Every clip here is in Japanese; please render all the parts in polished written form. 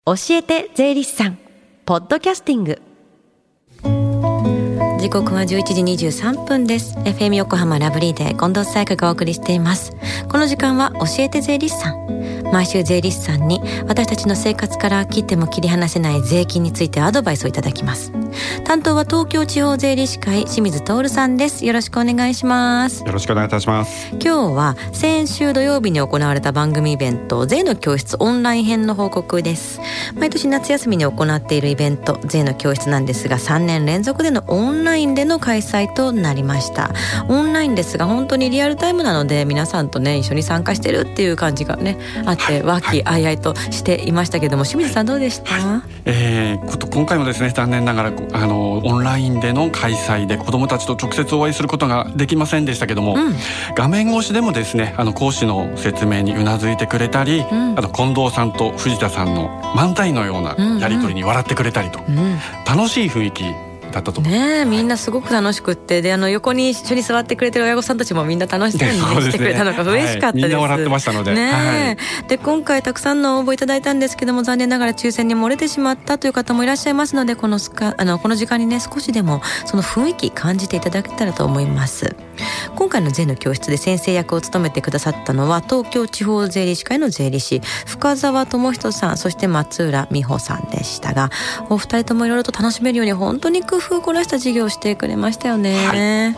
教えて税理士さんポッドキャスティング。時刻は11時23分です。 FM 横浜ラブリーで近藤紗友香がお送りしています。この時間は教えて税理士さん。毎週税理士さんに私たちの生活から切っても切り離せない税金についてアドバイスをいただきます。担当は東京地方税理士会清水徹さんです。よろしくお願いします。 よろしくお願いいたします。 今日は先週土曜日に行われた番組イベント税の教室オンライン編の報告です。毎年夏休みに行っているイベント税の教室なんですが、3年連続でのオンラインでの開催となりました。オンラインですが本当にリアルタイムなので、皆さんとね一緒に参加してるっていう感じがねあって、和気あいあいとしていましたけども、清水さんどうでした？ 今回もですね、残念ながらオンラインでの開催で子どもたちと直接お会いすることができませんでしたけども、画面越しでもですね講師の説明にうなずいてくれたり、あと近藤さんと藤田さんの漫才のようなやり取りに笑ってくれたりと、楽しい雰囲気だったと思います。 みんなすごく楽しくって、で横に一緒に座ってくれてる親御さんたちもみんな楽しそうに、してくれたのが嬉しかったです。 みんな笑ってましたので、 で今回たくさんの応募いただいたんですけども、残念ながら抽選に漏れてしまったという方もいらっしゃいますので、この時間にね少しでもその雰囲気感じていただけたらと思います。今回の税の教室で先生役を務めてくださったのは東京地方税理士会の税理士深澤智人さん、そして松浦美穂さんでしたが、お二人ともいろいろと楽しめるように本当に工夫を凝らした授業をしてくれましたよね。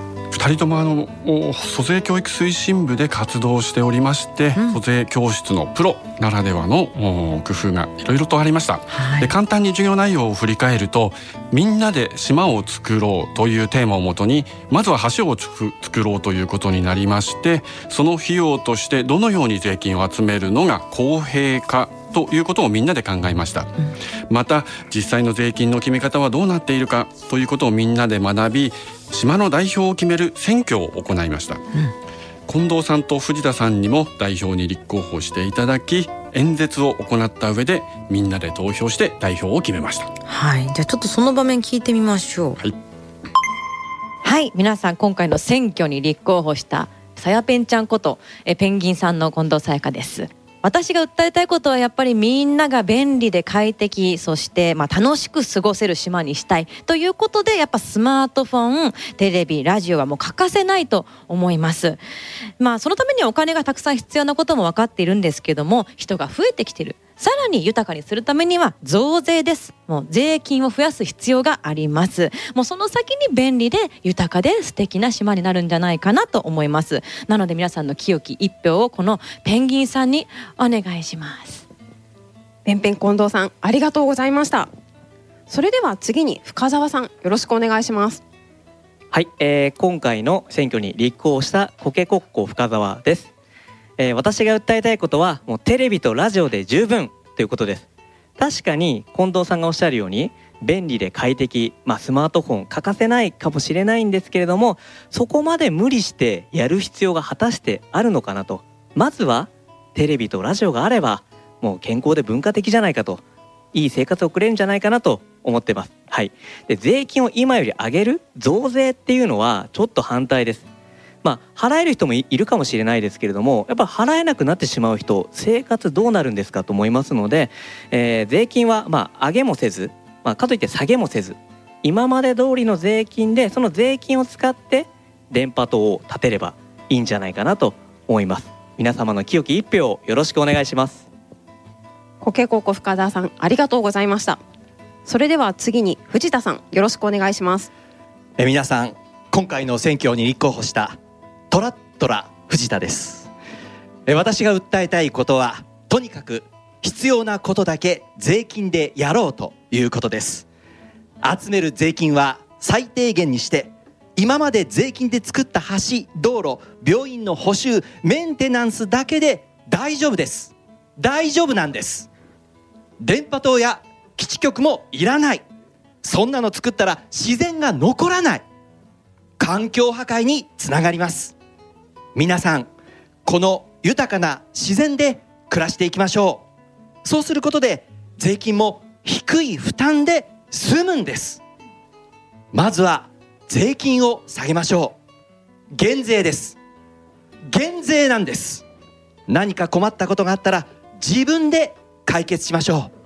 2人とも租税教育推進部で活動しておりまして、租税教室のプロならではの工夫がいろいろとありました。で簡単に授業内容を振り返ると、みんなで島を作ろうというテーマをもとに、まずは橋を作ろうということになりまして、その費用としてどのように税金を集めるのが公平かということをみんなで考えました。また実際の税金の決め方はどうなっているかということをみんなで学び、島の代表を決める選挙を行いました。近藤さんと藤田さんにも代表に立候補していただき、演説を行った上でみんなで投票して代表を決めました。 じゃあちょっとその場面聞いてみましょう。皆さん今回の選挙に立候補したさやぺんちゃんことペンギンさんの近藤さやかです。私が訴えたいことはやっぱりみんなが便利で快適、そして楽しく過ごせる島にしたいということで、やっぱスマートフォン、テレビ、ラジオはもう欠かせないと思います。そのためにはお金がたくさん必要なことも分かっているんですけども、人が増えてきている。さらに豊かにするためには増税です。もう税金を増やす必要があります。もうその先に便利で豊かで素敵な島になるんじゃないかなと思います。なので皆さんの清き一票をこのペンギンさんにお願いします。 ペンペン近藤さん、ありがとうございました。それでは次に深澤さん、よろしくお願いします。 今回の選挙に立候補したコケコッコ深澤です。私が訴えたいことはもうテレビとラジオで十分ということです。確かに近藤さんがおっしゃるように便利で快適、スマートフォン欠かせないかもしれないんですけれども、そこまで無理してやる必要が果たしてあるのかなと。まずはテレビとラジオがあればもう健康で文化的じゃないかと、いい生活を送れるんじゃないかなと思ってます。で税金を今より上げる増税っていうのはちょっと反対です。払える人もいるかもしれないですけれども、やっぱ払えなくなってしまう人、生活どうなるんですかと思いますので、税金は上げもせず、かといって下げもせず、今まで通りの税金でその税金を使って電波塔を建てればいいんじゃないかなと思います。皆様の清き一票をよろしくお願いします。 コケココ深澤さん、ありがとうございました。それでは次に藤田さん、よろしくお願いします。 皆さん、今回の選挙に立候補したトラットラ藤田です。私が訴えたいことは、とにかく必要なことだけ税金でやろうということです。集める税金は最低限にして、今まで税金で作った橋、道路、病院の補修、メンテナンスだけで大丈夫です。大丈夫なんです。電波塔や基地局もいらない。そんなの作ったら自然が残らない。環境破壊につながります。皆さん、この豊かな自然で暮らしていきましょう。そうすることで税金も低い負担で済むんです。まずは税金を下げましょう。減税です。減税なんです。何か困ったことがあったら自分で解決しましょう。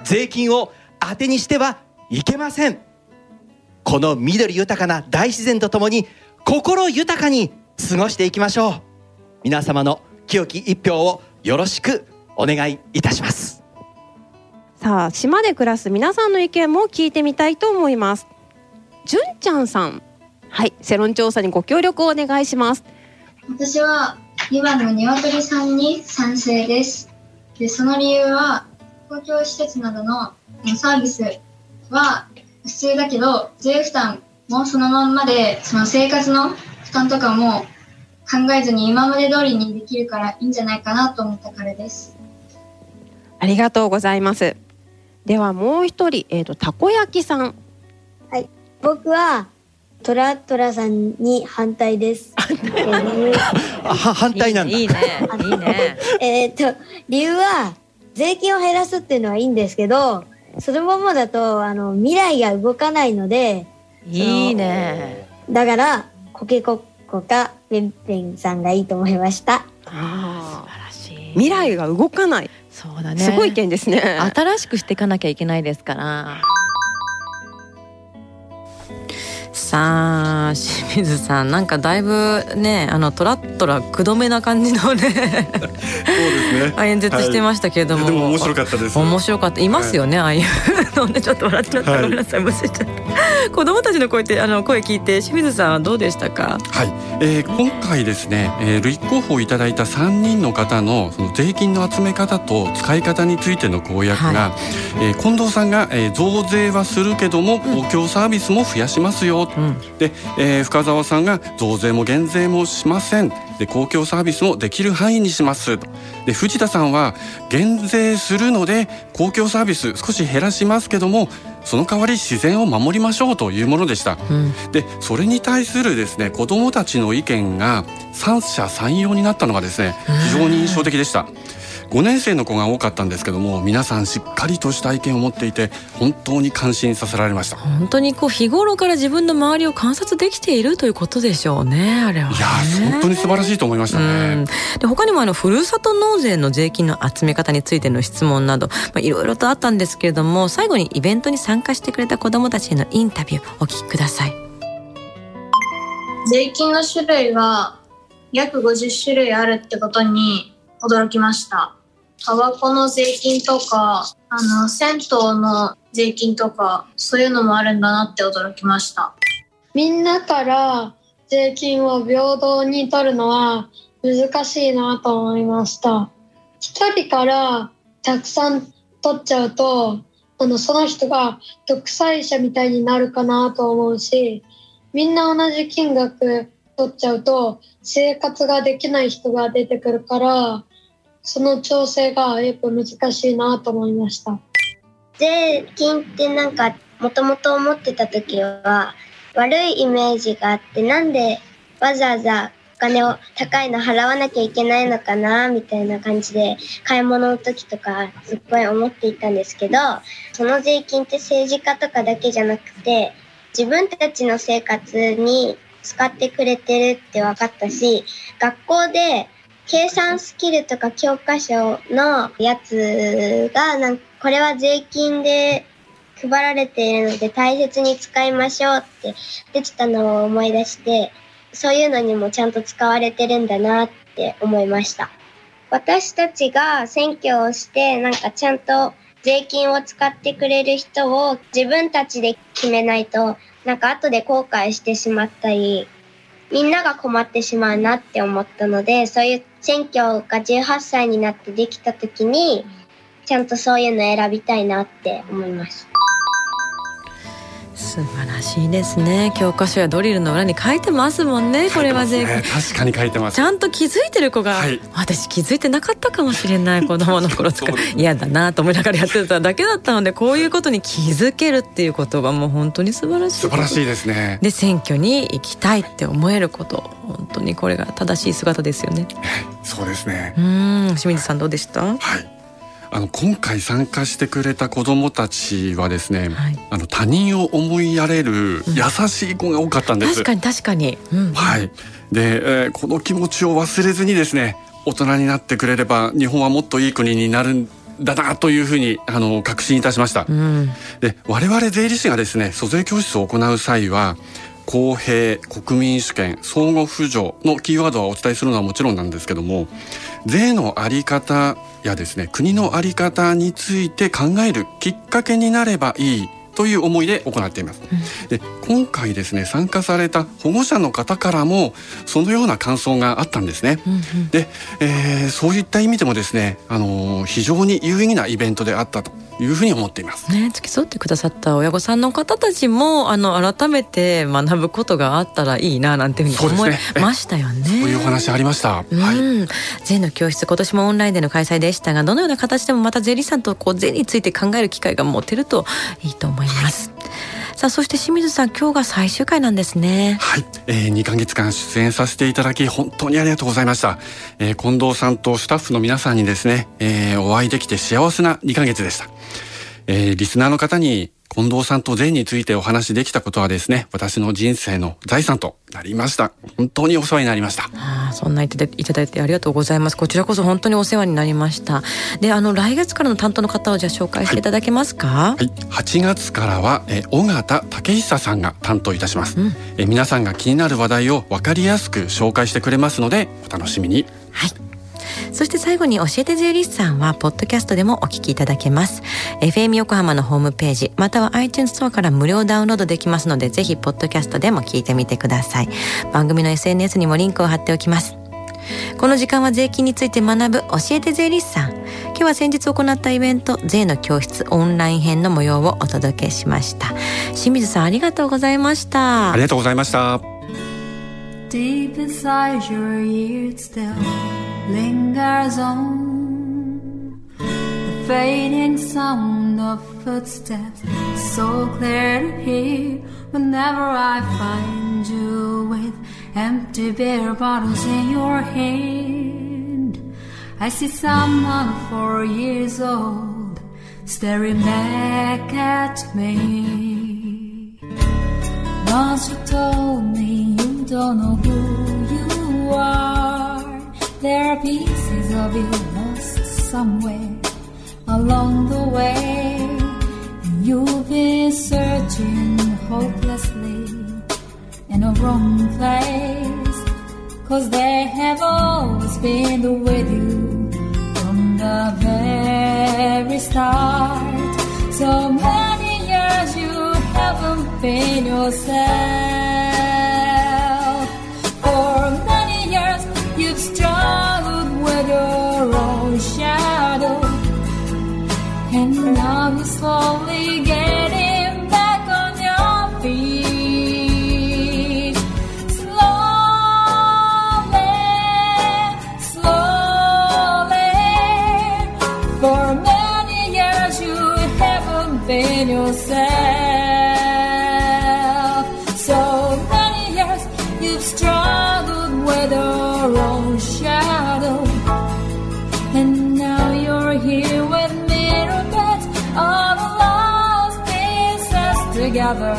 税金を当てにしてはいけません。この緑豊かな大自然とともに心豊かに過ごしていきましょう。皆様の清き一票をよろしくお願いいたします。 さあ、島で暮らす皆さんの意見も聞いてみたいと思います。じゅんちゃんさん、はい、世論調査にご協力をお願いします。 私は2番の鶏さんに賛成です。で、その理由は公共施設などのサービスは普通だけど税負担もそのまんまで、その生活の負担とかも考えずに今まで通りにできるからいいんじゃないかなと思ったからです。 ありがとうございます。ではもう一人、たこ焼きさん。 はい、僕はトラさんに反対です。 反対なんだ。 いいね。 理由は税金を減らすっていうのはいいんですけど、そのままだと未来が動かないので、 いいね。 だからコケコッコかペンペンさんがいいと思いました。 素晴らしい。 未来が動かない。 そうだね。 すごい意見ですね。 新しくしていかなきゃいけないですから。さあ、清水さん、なんかだいぶね、トラくどめな感じのねそうですね演説してましたけれども、 でも面白かったです。 面白かった。いますよね、ああいうのね。ちょっと笑っちゃった、ごめんなさい、むせちゃった子供たちの声って声聞いて清水さんはどうでしたか？ はい、今回ですね、立候補いただいた3人の方のその税金の集め方と使い方についての公約が、近藤さんが、増税はするけども公共サービスも増やしますよ、で、深澤さんが増税も減税もしませんで、公共サービスもできる範囲にしますで、藤田さんは減税するので公共サービス少し減らしますけどもその代わり自然を守りましょうというものでした、でそれに対するですね子どもたちの意見が三者三様になったのがですね非常に印象的でした。5年生の子が多かったんですけども、皆さんしっかりとした意見を持っていて本当に感心させられました。 本当に日頃から自分の周りを観察できているということでしょうね、あれはね。 いや本当に素晴らしいと思いましたね。 で他にもふるさと納税の税金の集め方についての質問など、いろいろとあったんですけれども、最後にイベントに参加してくれた子どもたちへのインタビューお聞きください。 税金の種類が約50種類あるってことに驚きました。タバコの税金とか銭湯の税金とかそういうのもあるんだなって驚きました。 みんなから税金を平等に取るのは難しいなと思いました。一人からたくさん取っちゃうとその人が独裁者みたいになるかなと思うし、みんな同じ金額取っちゃうと生活ができない人が出てくるから、その調整がやっぱ難しいなと思いました。 税金ってもともと思ってた時は悪いイメージがあって、なんでわざわざお金を高いの払わなきゃいけないのかなみたいな感じで買い物の時とかすっごい思っていたんですけど、その税金って政治家とかだけじゃなくて自分たちの生活に使ってくれてるって分かったし、学校で計算スキルとか教科書のやつがこれは税金で配られているので大切に使いましょうって出てたのを思い出して、そういうのにもちゃんと使われてるんだなって思いました。私たちが選挙をしてちゃんと税金を使ってくれる人を自分たちで決めないと後で後悔してしまったり、みんなが困ってしまうなって思ったので、そういう選挙が18歳になってできた時にちゃんとそういうの選びたいなって思います。 素晴らしいですね。教科書やドリルの裏に書いてますもんね。これは税金、 確かに書いてます。 ちゃんと気づいてる子が、私気づいてなかったかもしれない子供の頃とか嫌だなと思いながらやってただけだったので、こういうことに気づけるっていうことがもう本当に素晴らしい。 素晴らしいですね。 で選挙に行きたいって思えること、本当にこれが正しい姿ですよね。 そうですね。 清水さんどうでした？ 今回参加してくれた子どもたちはですね、他人を思いやれる優しい子が多かったんです。 確かに、 で、この気持ちを忘れずにですね、大人になってくれれば日本はもっといい国になるだなというふうに確信いたしました。で、我々税理士がですね、租税教室を行う際は公平、国民主権、相互扶助のキーワードはお伝えするのはもちろんなんですけども、税のあり方やですね、国のあり方について考えるきっかけになればいいという思いで行っています。で、今回ですね、参加された保護者の方からもそのような感想があったんですね。で、そういった意味でもですね、非常に有意義なイベントであったというふうに思っています。 ね、付き添ってくださった親御さんの方たちも改めて学ぶことがあったらいいななんていうふうに思いましたよね。 そういうお話ありました。 税の教室、今年もオンラインでの開催でしたが、どのような形でもまた税理士さんと税について考える機会が持てるといいと思います。さあ、そして清水さん、今日が最終回なんですね。 はい、2ヶ月間出演させていただき本当にありがとうございました。近藤さんとスタッフの皆さんにですね、お会いできて幸せな2ヶ月でした。リスナーの方に近藤さんと税についてお話できたことはですね、私の人生の財産となりました。本当にお世話になりました。 そんな言っていただいてありがとうございます。こちらこそ本当にお世話になりました。で、来月からの担当の方をじゃあ紹介していただけますか。 8月からは尾形武久さんが担当いたします。皆さんが気になる話題を分かりやすく紹介してくれますので、お楽しみに。 そして最後に教えて税理士さんはポッドキャストでもお聞きいただけます。 FM 横浜のホームページまたは iTunes ストアから無料ダウンロードできますので、ぜひポッドキャストでも聞いてみてください。番組の SNS にもリンクを貼っておきます。この時間は税金について学ぶ教えて税理士さん。今日は先日行ったイベント税の教室オンライン編の模様をお届けしました。清水さん、ありがとうございました。 ありがとうございました。 Deep inside your ears still lingers on the fading sound of footsteps, so clear to hear whenever I find you with empty beer bottles in your hand. I see someone 4 years old staring back at me. Once you told me you don't know who you are, there are pieces of you lost somewhere along the way, and you've been searching hopelessly in a wrong place, 'cause they have always been with you from the very start. So many years you haven't been yourself. For many years you've struggled with your own shadow, and now you're slowly getting back on your feet. Slowly, slowly. For many years you haven't been yourself. So many years you've struggled with your own shadow, and now you're here with mirror beds, all the lost pieces together.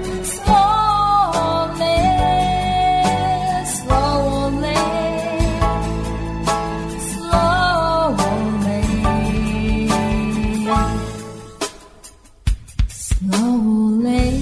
Slowly, slowly, slowly, slowly.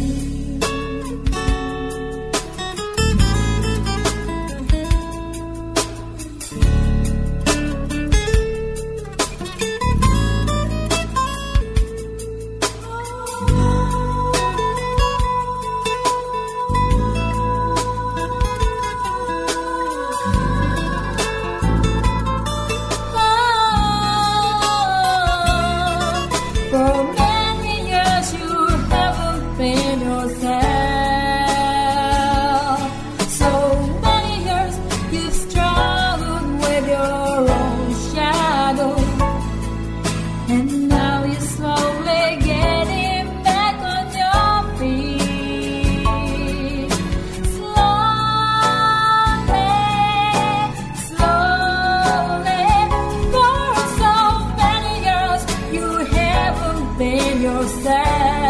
For many years you haven't been yourself. So many years you've struggled with your own shadow, and now you're slowly getting back on your feet. Slowly, slowly. For so many years you haven't been yourself.